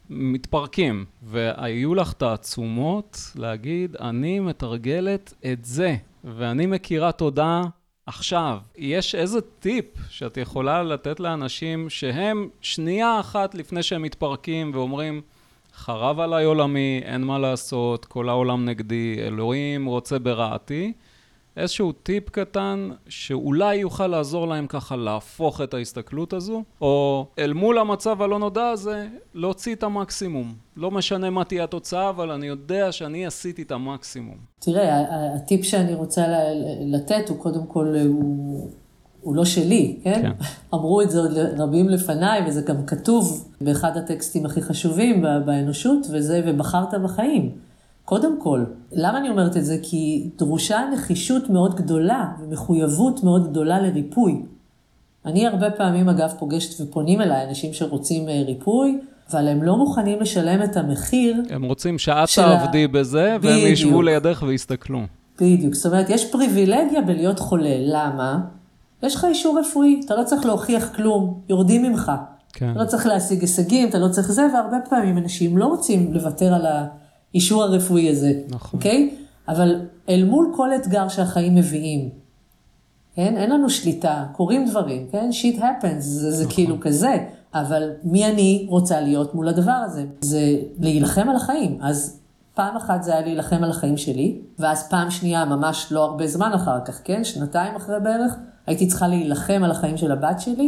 מתפרקים, והיו לך תעצומות להגיד, אני מתרגלת את זה, ואני מכירה תודה עכשיו. יש איזה טיפ שאת יכולה לתת לאנשים שהם שנייה אחת לפני שהם מתפרקים ואומרים, חרב עליי עולמי, אין מה לעשות, כל העולם נגדי, אלוהים רוצה ברעתי, איזשהו טיפ קטן שאולי יוכל לעזור להם ככה להפוך את ההסתכלות הזו, או אל מול המצב הלא נודע הזה, להוציא את המקסימום. לא משנה מה תהיה התוצאה, אבל אני יודע שאני עשיתי את המקסימום. תראה, הטיפ שאני רוצה לתת הוא קודם כל, הוא לא שלי, כן? כן. אמרו את זה עוד רבים לפניי, וזה גם כתוב באחד הטקסטים הכי חשובים באנושות, וזה ובחרת בחיים. קודם כל, למה אני אומרת את זה? כי דרושה נחישות מאוד גדולה ומחויבות מאוד גדולה לריפוי. אני הרבה פעמים אגב פוגשת ופונים אליי אנשים שרוצים ריפוי, אבל הם לא מוכנים לשלם את המחיר. הם רוצים שאת תעבדי בזה, והם ישבו לידך ויסתכלו. בדיוק, זאת אומרת, יש פריבילגיה בלהיות חולה. למה? יש לך אישור רפואי, אתה לא צריך להוכיח כלום, יורדים ממך. כן. אתה לא צריך להשיג הישגים, אתה לא צריך זה, והרבה פעמים אנשים לא רוצים לוותר על האישור הרפואי הזה. נכון. אוקיי? אבל אל מול כל אתגר שהחיים מביאים, כן? אין לנו שליטה, קורים דברים, כן? shit happens, זה נכון. כאילו כזה. אבל מי אני רוצה להיות מול הדבר הזה? זה להילחם על החיים. אז פעם אחת זה היה להילחם על החיים שלי, ואז פעם שנייה, ממש לא הרבה זמן אחר כך, כן? שנתיים אחרי בערך, הייתי צריכה להילחם על החיים של הבת שלי,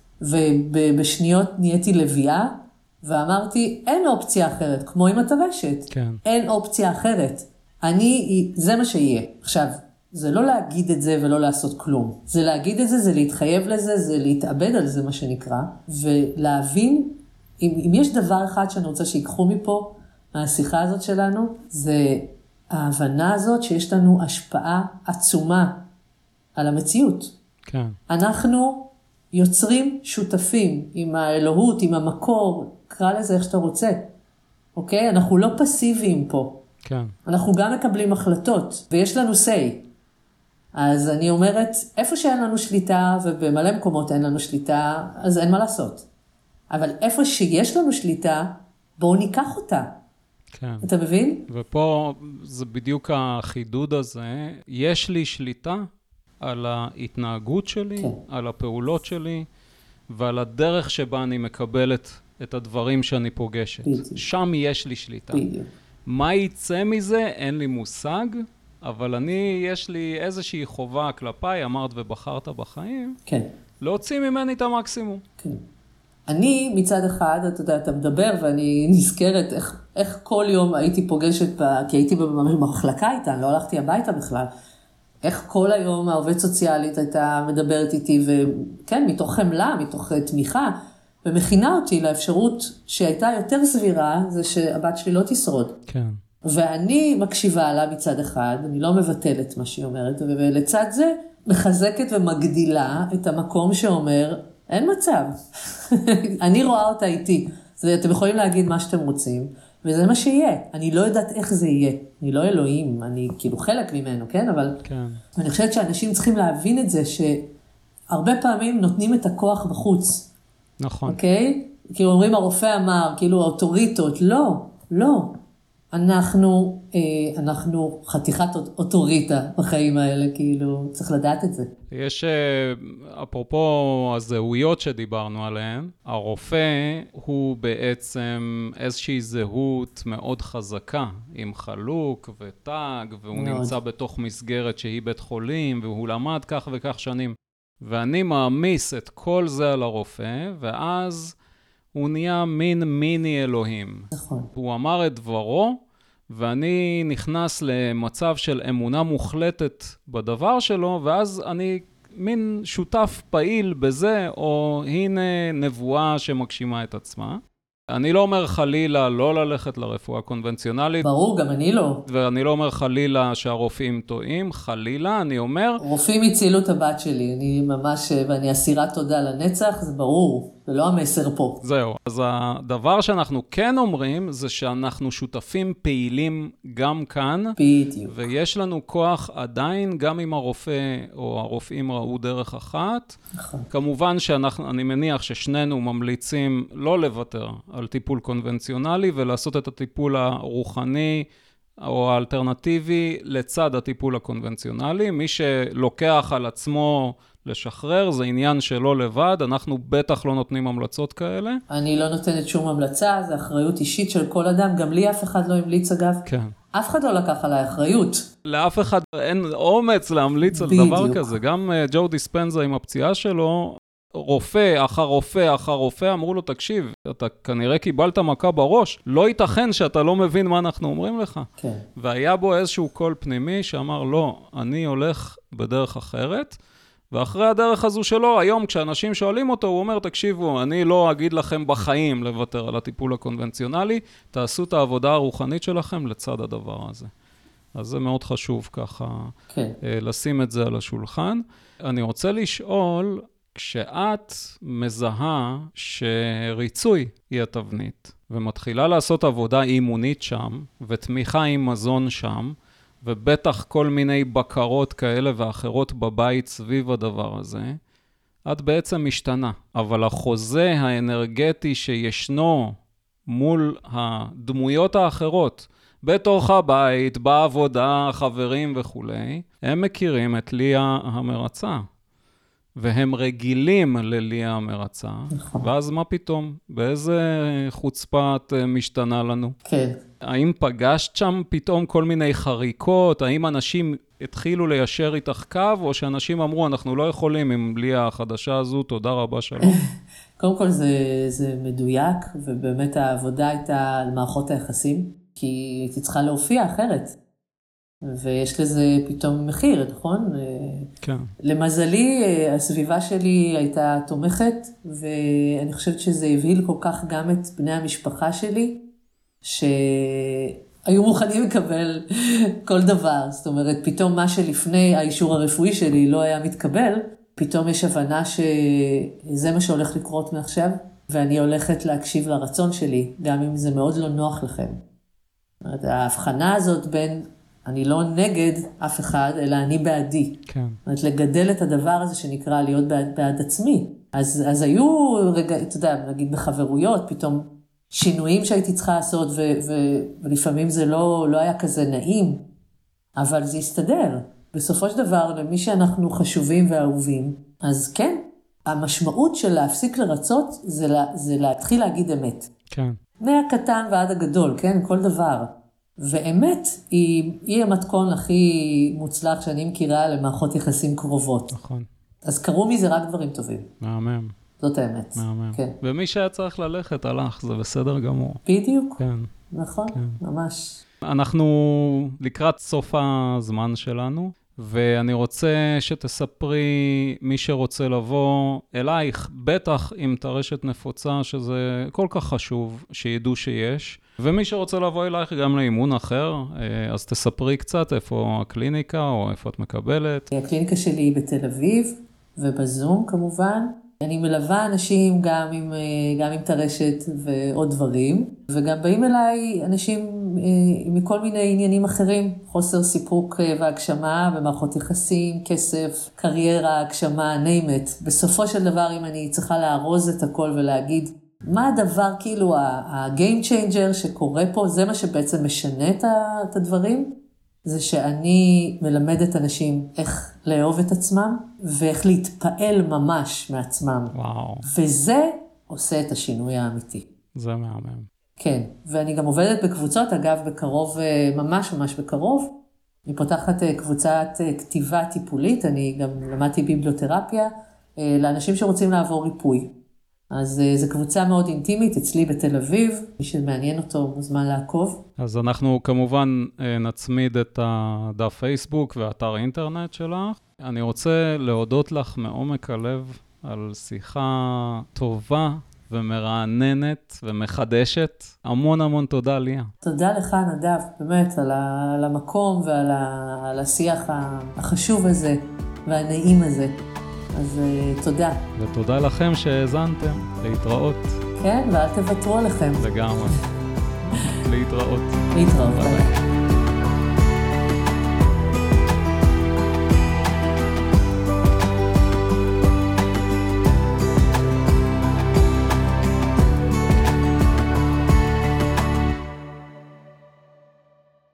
ובשניות נהייתי לביאה, ואמרתי, אין אופציה אחרת, כמו עם הטרשת. כן. אין אופציה אחרת. זה מה שיהיה. עכשיו, זה לא להגיד את זה ולא לעשות כלום. זה להגיד את זה, זה להתחייב לזה, זה להתאבד על זה, מה שנקרא, ולהבין, אם יש דבר אחד שאני רוצה שיקחו מפה, מהשיחה הזאת שלנו, זה ההבנה הזאת שיש לנו השפעה עצומה על המציאות. כן. אנחנו יוצרים שותפים עם האלוהות, עם המקור, קרא לזה איך שאתה רוצה. אוקיי? אנחנו לא פסיביים פה. כן. אנחנו גם מקבלים החלטות, ויש לנו say. אז אני אומרת, איפה שאין לנו שליטה, ובמלא מקומות אין לנו שליטה, אז אין מה לעשות. אבל איפה שיש לנו שליטה, בואו ניקח אותה. כן. אתה מבין? ופה זה בדיוק החידוד הזה. יש לי שליטה על ההתנהגות שלי, כן. על הפעולות שלי, ועל הדרך שבה אני מקבלת את הדברים שאני פוגשת. בדיוק. שם יש לי שליטה. בדיוק. מה יצא מזה? אין לי מושג, אבל יש לי איזושהי חובה כלפיי, אמרת ובחרת בחיים, כן. להוציא ממני את המקסימום. כן. אני מצד אחד, אתה יודע, אתה מדבר ואני נזכרת איך כל יום הייתי פוגשת, כי הייתי במחלקה איתה, לא הלכתי הביתה בכלל, איך כל היום העובד סוציאלית הייתה מדברת איתי, וכן, מתוך חמלה, מתוך תמיכה, ומכינה אותי לאפשרות שהייתה יותר סבירה, זה שהבת שלי לא תשרוד. כן. ואני מקשיבה לה מצד אחד, אני לא מבטלת מה שהיא אומרת, ולצד זה מחזקת ומגדילה את המקום שאומר, אין מצב. אני רואה אותה איתי. אתם יכולים להגיד מה שאתם רוצים, וזה מה שיהיה. אני לא יודעת איך זה יהיה. אני לא אלוהים, אני כאילו חלק ממנו, כן? אבל כן. אני חושבת שאנשים צריכים להבין את זה, שהרבה פעמים נותנים את הכוח בחוץ. נכון. אוקיי? כאילו אומרים הרופא אמר, כאילו האוטוריטות. לא, לא. אנחנו חתיכת אוטוריטה בחיים האלה, כאילו, צריך לדעת את זה. יש, אפרופו הזהויות שדיברנו עליהן, הרופא הוא בעצם איזושהי זהות מאוד חזקה, עם חלוק וטג, והוא מאוד. נמצא בתוך מסגרת שהיא בית חולים, והוא למד כך וכך שנים. ואני מעמיס את כל זה על הרופא, ואז הוא נהיה מין מיני אלוהים. נכון. הוא אמר את דברו, ואני נכנס למצב של אמונה מוחלטת בדבר שלו, ואז אני מין שותף פעיל בזה, או הנה נבואה שמגשימה את עצמה. אני לא אומר חלילה לא ללכת לרפואה קונבנציונלית. ברור, גם אני לא. ואני לא אומר חלילה שהרופאים טועים, חלילה, אני אומר... רופאים הצילו את הבת שלי, אני ממש, ואני אסירת תודה לנצח, זה ברור. ולא המסר פה. זהו, אז הדבר שאנחנו כן אומרים, זה שאנחנו שותפים פעילים גם כאן. בדיוק. ויש לנו כוח עדיין, גם אם הרופא או הרופאים ראו דרך אחת. נכון. כמובן שאני מניח ששנינו ממליצים לא לוותר על טיפול קונבנציונלי, ולעשות את הטיפול הרוחני, או האלטרנטיבי לצד הטיפול הקונבנציונלי. מי שלוקח על עצמו לשחרר, זה עניין שלא לבד, אנחנו בטח לא נותנים המלצות כאלה. אני לא נותנת שום המלצה, זה אחריות אישית של כל אדם, גם לי אף אחד לא המליץ אגב. כן. אף אחד לא לקח עליי אחריות. לאף אחד אין אומץ להמליץ על דבר כזה. גם ג'ו דיספנזה עם הפציעה שלו, רופא אחר רופא אחר רופא אמרו לו, תקשיב, אתה כנראה קיבלת מכה בראש, לא ייתכן שאתה לא מבין מה אנחנו אומרים לך. כן. והיה בו איזשהו קול פנימי שאמר, לא, אני הולך בדרך אחרת, ואחרי הדרך הזו שלו, היום כשאנשים שואלים אותו, הוא אומר, תקשיבו, אני לא אגיד לכם בחיים לוותר על הטיפול הקונבנציונלי, תעשו את העבודה הרוחנית שלכם לצד הדבר הזה. אז זה מאוד חשוב ככה, כן. לשים את זה על השולחן. אני רוצה לשאול, כשאת מזהה שריצוי היא התבנית, ומתחילה לעשות עבודה אימונית שם, ותמיכה עם מזון שם, ובטח כל מיני בקרות כאלה ואחרות בבית סביב הדבר הזה, את בעצם משתנה. אבל החוזה האנרגטי שישנו מול הדמויות האחרות, בתוך הבית, בעבודה, חברים וכו', הם מכירים את ליה המרצה. והם רגילים לליה המרצה. נכון. ואז מה פתאום? באיזה חוצפה את משתנה לנו? כן. האם פגשת שם פתאום כל מיני חריקות? האם אנשים התחילו ליישר איתך קו, או שאנשים אמרו, אנחנו לא יכולים עם ליה החדשה הזו, תודה רבה שלום? קודם כל זה מדויק, ובאמת העבודה הייתה על מערכות היחסים, כי הייתי צריכה להופיע אחרת. ויש לזה פתאום מחיר, נכון? כן. למזלי, הסביבה שלי הייתה תומכת, ואני חושבת שזה הבהיל כל כך גם את בני המשפחה שלי, שהיו מוכנים לקבל כל דבר. זאת אומרת, פתאום מה שלפני האישור הרפואי שלי לא היה מתקבל, פתאום יש הבנה שזה מה שהולך לקרות מעכשיו, ואני הולכת להקשיב לרצון שלי, גם אם זה מאוד לא נוח לכם. זאת אומרת, ההבחנה הזאת בין אני לא נגד אף אחד, אלא אני בעדי. כן. זאת אומרת, לגדל את הדבר הזה שנקרא להיות בעד עצמי. אז היו רגע, אתה יודע, נגיד בחברויות, פתאום שינויים שהייתי צריכה לעשות, ולפעמים זה לא היה כזה נעים, אבל זה הסתדר. בסופו של דבר, למי שאנחנו חשובים ואהובים, אז כן, המשמעות של להפסיק לרצות, זה להתחיל להגיד אמת. כן. מהקטן ועד הגדול, כן? כל דבר. ואמת היא המתכון הכי מוצלח שאני מכירה למערכות יחסים קרובות. נכון. אז קרו מזה רק דברים טובים. מהמם. זאת האמת. מהמם. כן. ומי שהיה צריך ללכת הלך, זה בסדר גמור. בדיוק. כן. נכון, כן. ממש. אנחנו לקראת סוף הזמן שלנו, ואני רוצה שתספרי מי שרוצה לבוא אלייך, בטח עם טרשת נפוצה, שזה כל כך חשוב שידעו שיש, ומי שרוצה לבוא אלייך גם לאימון אחר, אז תספרי קצת איפה הקליניקה או איפה את מקבלת. הקליניקה שלי היא בתל אביב ובזום כמובן. אני מלווה אנשים גם עם טרשת ועוד דברים, וגם באים אליי אנשים מכל מיני עניינים אחרים, חוסר סיפוק והגשמה במערכות יחסים, כסף, קריירה, הגשמה, name it. בסופו של דבר, אם אני צריכה לארוז את הכל ולהגיד, מה הדבר, כאילו, ה-game changer שקורה פה, זה מה שבעצם משנה את הדברים, זה שאני מלמדת אנשים איך לאהוב את עצמם, ואיך להתפעל ממש מעצמם. וואו. וזה עושה את השינוי האמיתי. זה מהמם. כן, ואני גם עובדת בקבוצות, אגב, בקרוב, ממש בקרוב. אני פותחת קבוצת כתיבה טיפולית, אני גם למדתי ביבליותרפיה, לאנשים שרוצים לעבור ריפוי. אז זו קבוצה מאוד אינטימית, אצלי בתל אביב, מי שמעניין אותו מוזמן לעקוב. אז אנחנו כמובן נצמיד את הדף פייסבוק ואתר אינטרנט שלך. אני רוצה להודות לך מעומק הלב על שיחה טובה ומרעננת ומחדשת. המון תודה, ליה. תודה לך, נדב, באמת, על המקום ועל השיח החשוב הזה והנעים הזה. אז תודה. ותודה לכם שהאזנתם. להתראות. כן, ואל תוותרו עליכם. לגמרי. להתראות. להתראות. ביי.